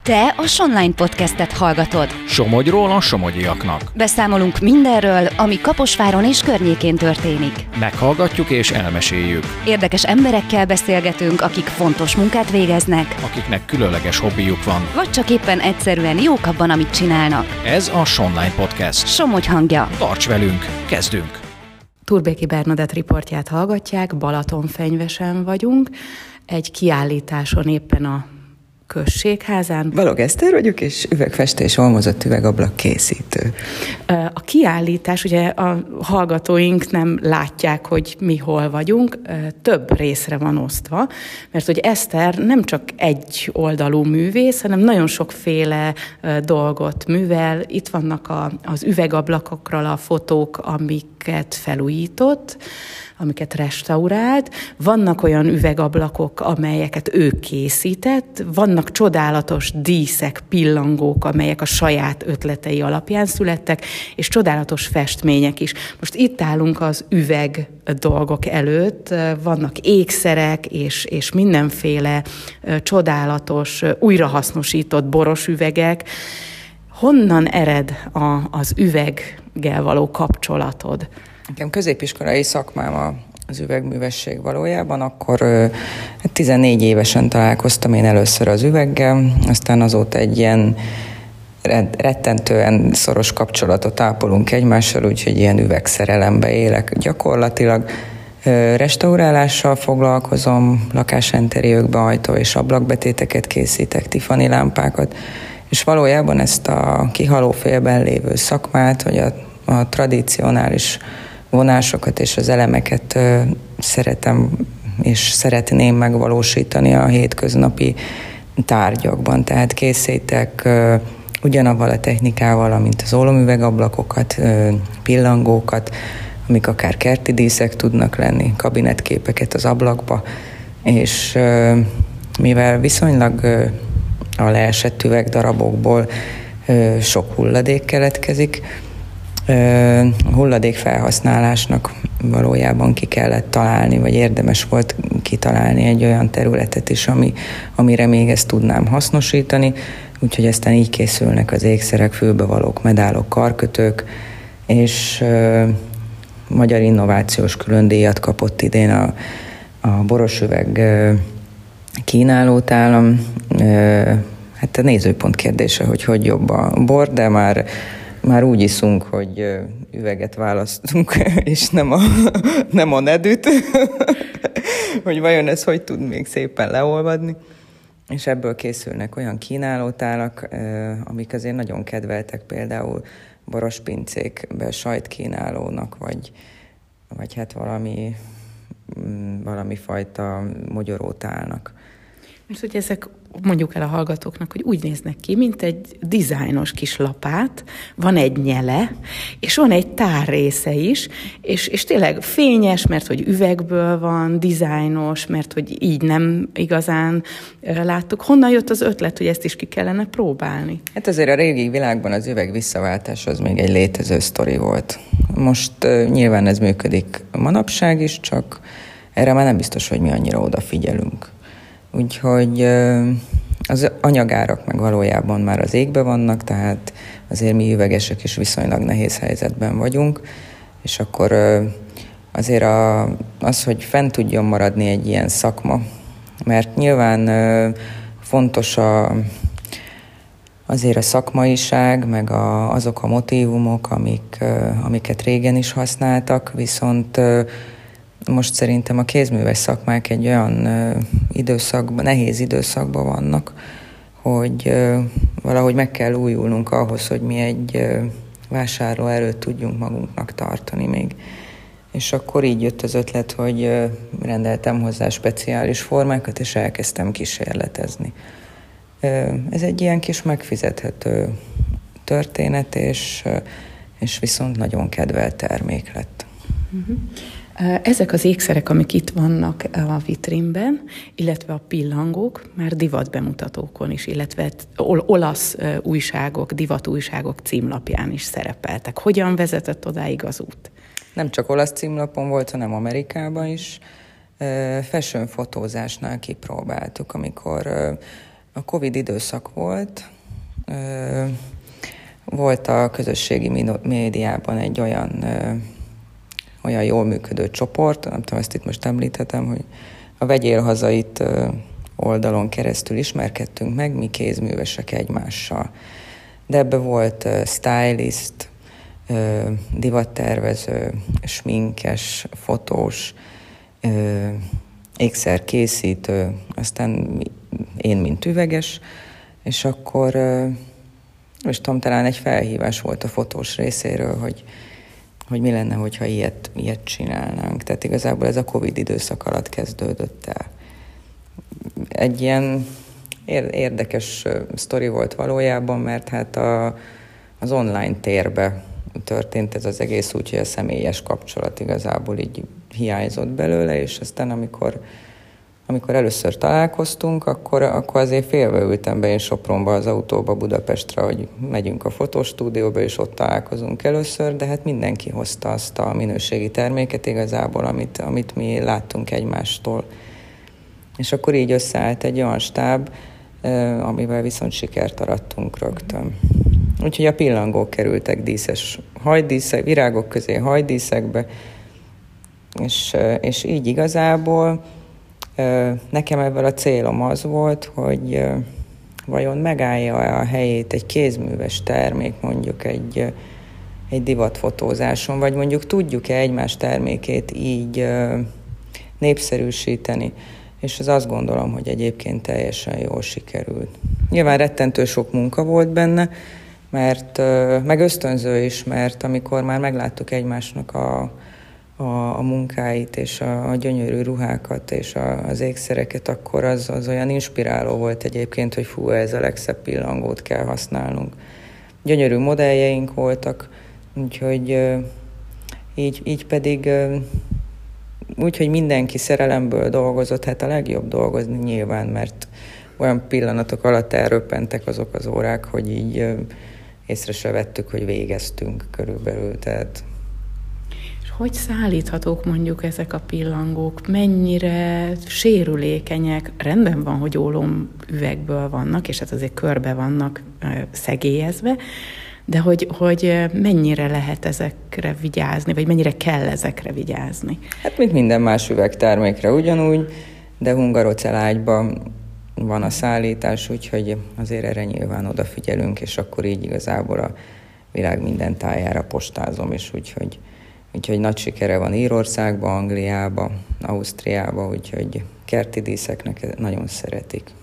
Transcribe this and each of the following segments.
Te a Sonline podcastet hallgatod. Somogyról a somogyiaknak. Beszámolunk mindenről, ami Kaposváron és környékén történik. Meghallgatjuk és elmeséljük. Érdekes emberekkel beszélgetünk, akik fontos munkát végeznek, Akiknek különleges hobbijuk van. vagy csak éppen egyszerűen jók abban, amit csinálnak. Ez a Sonline Podcast. Somogy hangja. Tarts velünk, kezdünk! Turbéki Bernadett riportját hallgatják, Balatonfenyvesen vagyunk, egy kiállításon éppen a községházán. Balog Eszter vagyok, és üvegfestés olmozott üvegablak készítő. A kiállítás, ugye a hallgatóink nem látják, hogy mi hol vagyunk, több részre van osztva, mert hogy Eszter nem csak egy oldalú művész, hanem nagyon sokféle dolgot művel. Itt vannak az üvegablakokról a fotók, amiket felújított, amiket restaurált. Vannak olyan üvegablakok, amelyeket ő készített, vannak csodálatos díszek, pillangók, amelyek a saját ötletei alapján születtek, és csodálatos festmények is. Most itt állunk az üveg dolgok előtt, vannak ékszerek és mindenféle csodálatos, újrahasznosított boros üvegek. Honnan ered az üveggel való kapcsolatod? Nekem középiskolai szakmám az üvegművesség valójában, akkor 14 évesen találkoztam én először az üveggel, aztán azóta egy ilyen rettentően szoros kapcsolatot ápolunk egymással, úgyhogy ilyen üvegszerelembe élek gyakorlatilag. Restaurálással foglalkozom, lakásinteriőkbe ajtó és ablakbetéteket készítek, Tiffany lámpákat, és valójában ezt a kihalófélben lévő szakmát, vagy a tradicionális vonásokat és az elemeket szeretem és szeretném megvalósítani a hétköznapi tárgyakban. Tehát készítek ugyanavval a technikával, mint az ólomüvegablakokat, pillangókat, amik akár kerti díszek tudnak lenni, kabinetképeket az ablakba, és mivel viszonylag a leesett üvegdarabokból sok hulladék keletkezik, a hulladék felhasználásnak valójában ki kellett találni, vagy érdemes volt kitalálni egy olyan területet is, amire még ezt tudnám hasznosítani, úgyhogy aztán így készülnek az ékszerek, fülbevalók, medálok, karkötők, és magyar innovációs különdíjat kapott idén a borosüveg kínálótálam. Hát a nézőpont kérdése, hogy jobb a bor, de már úgy iszunk, hogy üveget választunk, és nem a nedűt, hogy vajon ez hogy tud még szépen leolvadni. És ebből készülnek olyan kínálótálak, amik azért nagyon kedveltek, például borospincékbe sajtkínálónak, vagy hát valami fajta mogyorótálnak. És hogy ezek, mondjuk el a hallgatóknak, hogy úgy néznek ki, mint egy dizájnos kis lapát, van egy nyele, és van egy tárrésze is, és tényleg fényes, mert hogy üvegből van, dizájnos, mert hogy így nem igazán láttuk. Honnan jött az ötlet, hogy ezt is ki kellene próbálni? Hát azért a régi világban az üveg visszaváltás az még egy létező sztori volt. Most nyilván ez működik manapság is, csak erre már nem biztos, hogy mi annyira odafigyelünk. Úgyhogy az anyagárak meg valójában már az égbe vannak, tehát azért mi üvegesek is viszonylag nehéz helyzetben vagyunk, és akkor azért az, hogy fent tudjon maradni egy ilyen szakma, mert nyilván fontos azért a szakmaiság, meg azok a motívumok, amiket régen is használtak, viszont most szerintem a kézműves szakmák egy olyan időszakban, nehéz időszakban vannak, hogy valahogy meg kell újulnunk ahhoz, hogy mi egy vásárlóerőt tudjunk magunknak tartani még. És akkor így jött az ötlet, hogy rendeltem hozzá speciális formákat, és elkezdtem kísérletezni. Ez egy ilyen kis megfizethető történet, és viszont nagyon kedvelt termék lett. Uh-huh. Ezek az ékszerek, amik itt vannak a vitrínben, illetve a pillangók már divatbemutatókon is, illetve olasz újságok, divatújságok címlapján is szerepeltek. Hogyan vezetett odáig az út? Nem csak olasz címlapon volt, hanem Amerikában is. Fashion fotózásnál kipróbáltuk, amikor A Covid időszak volt. Volt a közösségi médiában egy olyan jól működő csoport, nem tudom, ezt itt most említhetem, hogy a Vegyél Hazait oldalon keresztül ismerkedtünk meg, mi kézművesek egymással. De ebbe volt stylist, divattervező, sminkes, fotós, ékszerkészítő, aztán én, mint üveges, és akkor, és tudom, talán egy felhívás volt a fotós részéről, hogy mi lenne, hogyha ilyet csinálnánk. Tehát igazából ez a Covid időszak alatt kezdődött el. Egy ilyen érdekes sztori volt valójában, mert hát az online térbe történt ez az egész úgy, hogy a személyes kapcsolat igazából így hiányzott belőle, és aztán amikor először találkoztunk, akkor azért félve ültem be én Sopronba az autóba Budapestre, hogy megyünk a fotostúdióba, és ott találkozunk először, de hát mindenki hozta azt a minőségi terméket igazából, amit mi láttunk egymástól. És akkor így összeállt egy olyan stáb, amivel viszont sikert arattunk rögtön. Úgyhogy a pillangók kerültek díszes hajddíszek, virágok közé hajddíszekbe, és így igazából nekem ebből a célom az volt, hogy vajon megállja a helyét egy kézműves termék, mondjuk egy divatfotózáson, vagy mondjuk tudjuk-e egymás termékét így népszerűsíteni. És az azt gondolom, hogy egyébként teljesen jól sikerült. Nyilván rettentő sok munka volt benne, meg ösztönző is, mert amikor már megláttuk egymásnak a munkáit, és a gyönyörű ruhákat, és az ékszereket, akkor az olyan inspiráló volt egyébként, hogy fú, ez a legszebb pillangót kell használnunk. Gyönyörű modelljeink voltak, úgyhogy így pedig úgy, hogy mindenki szerelemből dolgozott, hát a legjobb dolgozni nyilván, mert olyan pillanatok alatt elröppentek azok az órák, hogy így észre se vettük, hogy végeztünk körülbelül, tehát. És hogy szállíthatók mondjuk ezek a pillangók? Mennyire sérülékenyek? Rendben van, hogy ólom üvegből vannak, és hát azért körbe vannak szegélyezve, de hogy mennyire lehet ezekre vigyázni, vagy mennyire kell ezekre vigyázni? Hát mint minden más üvegtermékre ugyanúgy, de hungarocelágyban van a szállítás, úgyhogy azért erre nyilván odafigyelünk, és akkor így igazából a világ minden tájára postázom, és úgyhogy nagy sikere van Írországban, Angliában, Ausztriában, úgyhogy kerti díszeknek nagyon szeretik.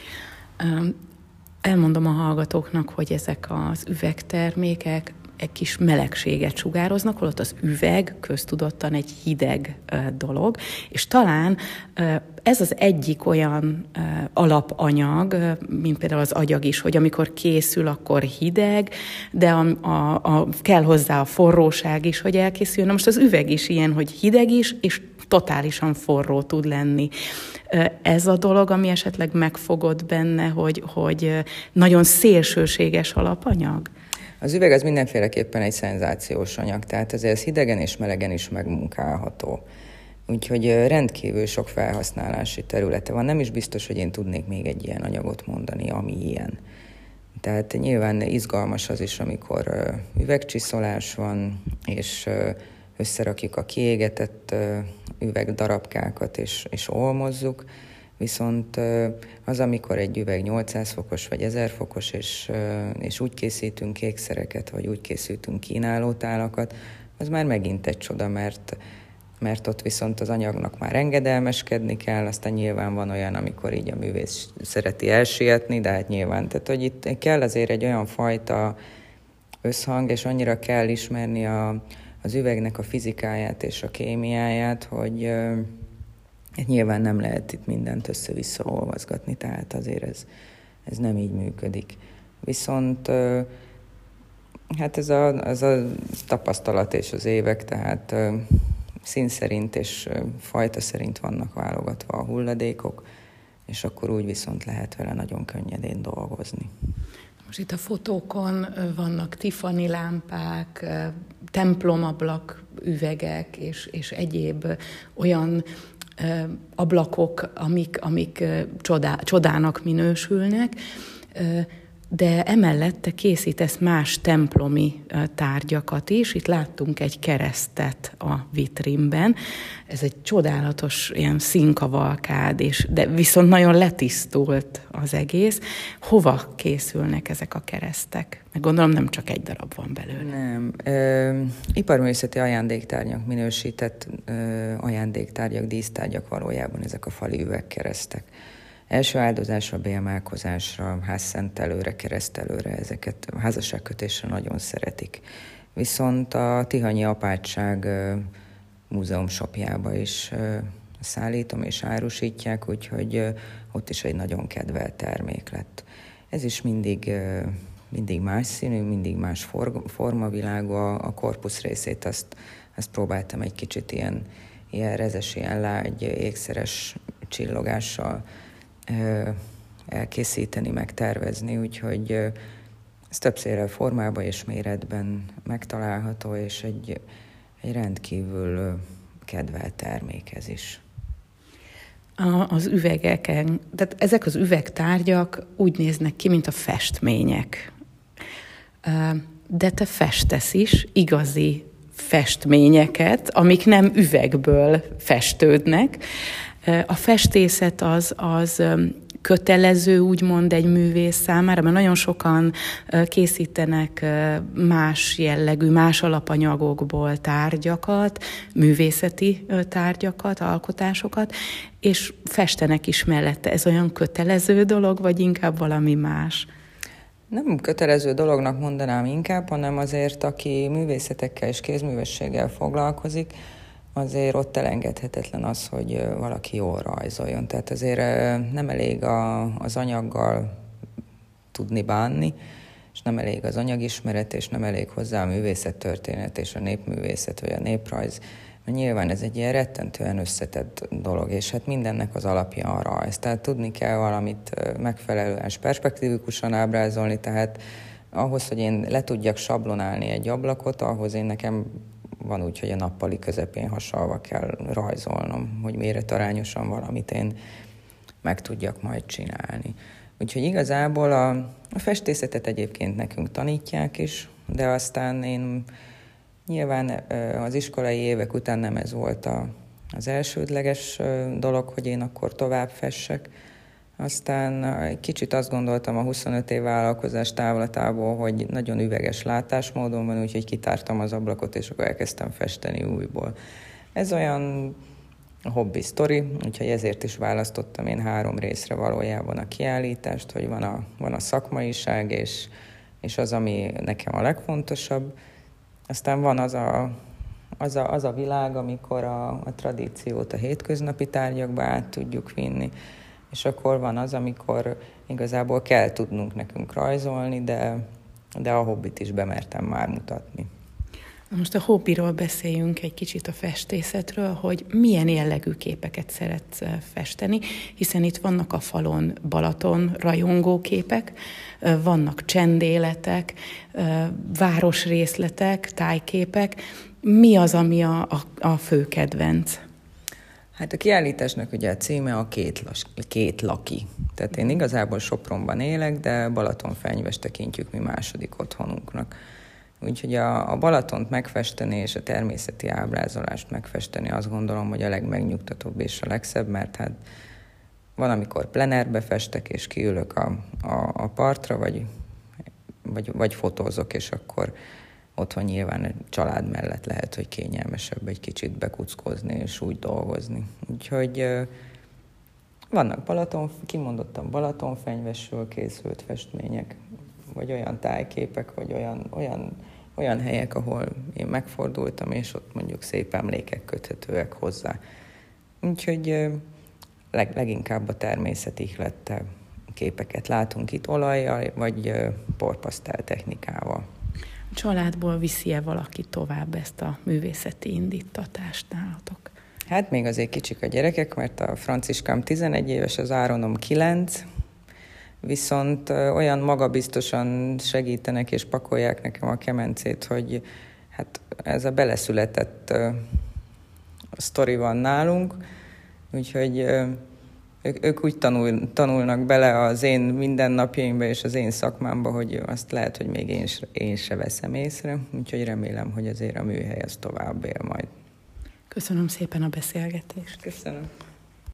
Elmondom a hallgatóknak, hogy ezek az üvegtermékek egy kis melegséget sugároznak, holott az üveg köztudottan egy hideg dolog, és talán ez az egyik olyan alapanyag, mint például az agyag is, hogy amikor készül, akkor hideg, de kell hozzá a forróság is, hogy elkészüljön. Na most az üveg is ilyen, hogy hideg is, és totálisan forró tud lenni. Ez a dolog, ami esetleg megfogott benne, hogy nagyon szélsőséges alapanyag? Az üveg az mindenféleképpen egy szenzációs anyag, tehát ez hidegen és melegen is megmunkálható. Úgyhogy rendkívül sok felhasználási területe van. Nem is biztos, hogy én tudnék még egy ilyen anyagot mondani, ami ilyen. Tehát nyilván izgalmas az is, amikor üvegcsiszolás van, és összerakjuk a kiégetett üvegdarabkákat, és olmozzuk, viszont az, amikor egy üveg 800 fokos vagy 1000 fokos, és úgy készítünk ékszereket, vagy úgy készítünk kínálótálakat, az már megint egy csoda, mert ott viszont az anyagnak már engedelmeskedni kell, aztán nyilván van olyan, amikor így a művész szereti elsietni, de hát nyilván, tehát hogy itt kell azért egy olyan fajta összhang, és annyira kell ismerni az üvegnek a fizikáját és a kémiáját, hogy nyilván nem lehet itt mindent össze-vissza olvasgatni, tehát azért ez nem így működik. Viszont hát ez a tapasztalat és az évek, tehát szín szerint és fajta szerint vannak válogatva a hulladékok, és akkor úgy viszont lehet vele nagyon könnyedén dolgozni. Most itt a fotókon vannak Tiffany lámpák, templomablak üvegek és egyéb olyan ablakok, amik csodának minősülnek, de emellett te készítesz más templomi tárgyakat is. Itt láttunk egy keresztet a vitrínben. Ez egy csodálatos ilyen színkavalkád, de viszont nagyon letisztult az egész. Hova készülnek ezek a keresztek? Meg gondolom nem csak egy darab van belőle. Nem. Iparművészeti ajándéktárgyak minősített ajándéktárgyak, dísztárgyak valójában ezek a fali üvegkeresztek. Első áldozásra, bélmálkozásra, házszentelőre, keresztelőre, ezeket házasságkötésre nagyon szeretik. Viszont a Tihanyi Apátság múzeum shopjába is szállítom és árusítják, úgyhogy ott is egy nagyon kedvelt termék lett. Ez is mindig más színű, mindig más formavilágú, a korpusz részét azt próbáltam egy kicsit ilyen rezes, ilyen lágy, ékszeres csillogással elkészíteni, megtervezni, úgyhogy ez többféle formában és méretben megtalálható, és egy rendkívül kedvelt termék ez is. Az üvegeken, tehát ezek az üvegtárgyak úgy néznek ki, mint a festmények. De te festesz is igazi festményeket, amik nem üvegből festődnek. A festészet az kötelező, úgymond egy művész számára, mert nagyon sokan készítenek más jellegű, más alapanyagokból tárgyakat, művészeti tárgyakat, alkotásokat, és festenek is mellette. Ez olyan kötelező dolog, vagy inkább valami más? Nem kötelező dolognak mondanám inkább, hanem azért, aki művészetekkel és kézművességgel foglalkozik, azért ott elengedhetetlen az, hogy valaki jól rajzoljon. Tehát azért nem elég az anyaggal tudni bánni, és nem elég az anyagismeret, és nem elég hozzá a művészettörténet és a népművészet, vagy a néprajz. Mert nyilván ez egy ilyen rettentően összetett dolog, és hát mindennek az alapja a rajz. Tehát tudni kell valamit megfelelően és perspektívikusan ábrázolni, tehát ahhoz, hogy én le tudjak sablonálni egy ablakot, ahhoz nekem van úgy, hogy a nappali közepén hasalva kell rajzolnom, hogy méretarányosan valamit én meg tudjak majd csinálni. Úgyhogy igazából a festészetet egyébként nekünk tanítják is, de aztán én nyilván az iskolai évek után nem ez volt az elsődleges dolog, hogy én akkor tovább fessek. Aztán egy kicsit azt gondoltam a 25 év vállalkozás távlatából, hogy nagyon üveges látásmódon van, úgyhogy kitártam az ablakot, és akkor elkezdtem festeni újból. Ez olyan hobbi sztori, úgyhogy ezért is választottam én 3 részre valójában a kiállítást, hogy van a szakmaiság, és az, ami nekem a legfontosabb. Aztán van az a világ, amikor a tradíciót a hétköznapi tárgyakba át tudjuk vinni, és akkor van az, amikor igazából kell tudnunk nekünk rajzolni, de a hobbit is bemertem már mutatni. Most a hobbiról beszéljünk egy kicsit, a festészetről, hogy milyen jellegű képeket szeretsz festeni, hiszen itt vannak a falon Balaton rajongó képek, vannak csendéletek, városrészletek, tájképek. Mi az, ami a fő kedvenc? Hát a kiállításnak ugye a címe a két laki. Tehát én igazából Sopronban élek, de Balatonfenyvest tekintjük mi második otthonunknak. Úgyhogy a Balatont megfesteni és a természeti ábrázolást megfesteni azt gondolom, hogy a legmegnyugtatóbb és a legszebb, mert hát van, amikor plenerbe festek, és kiülök a partra, vagy fotózok, és akkor otthon nyilván család mellett lehet, hogy kényelmesebb egy kicsit bekuckozni és úgy dolgozni. Úgyhogy vannak kimondottan Balatonfenyvesről készült festmények, vagy olyan tájképek, vagy olyan helyek, ahol én megfordultam, és ott mondjuk szép emlékek köthetőek hozzá. Úgyhogy leginkább a természet ihlette képeket látunk itt olajjal, vagy porpasztel technikával. A családból viszi-e valaki tovább ezt a művészeti indítatást nálatok? Hát még azért kicsik a gyerekek, mert a Franciskám 11 éves, az Áronom 9, viszont olyan magabiztosan segítenek és pakolják nekem a kemencét, hogy hát ez a beleszületett sztori van nálunk, Úgyhogy ők úgy tanulnak bele az én mindennapjaimba és az én szakmámba, hogy azt lehet, hogy még én se veszem észre, úgyhogy remélem, hogy azért a műhely az tovább él majd. Köszönöm szépen a beszélgetést. Köszönöm.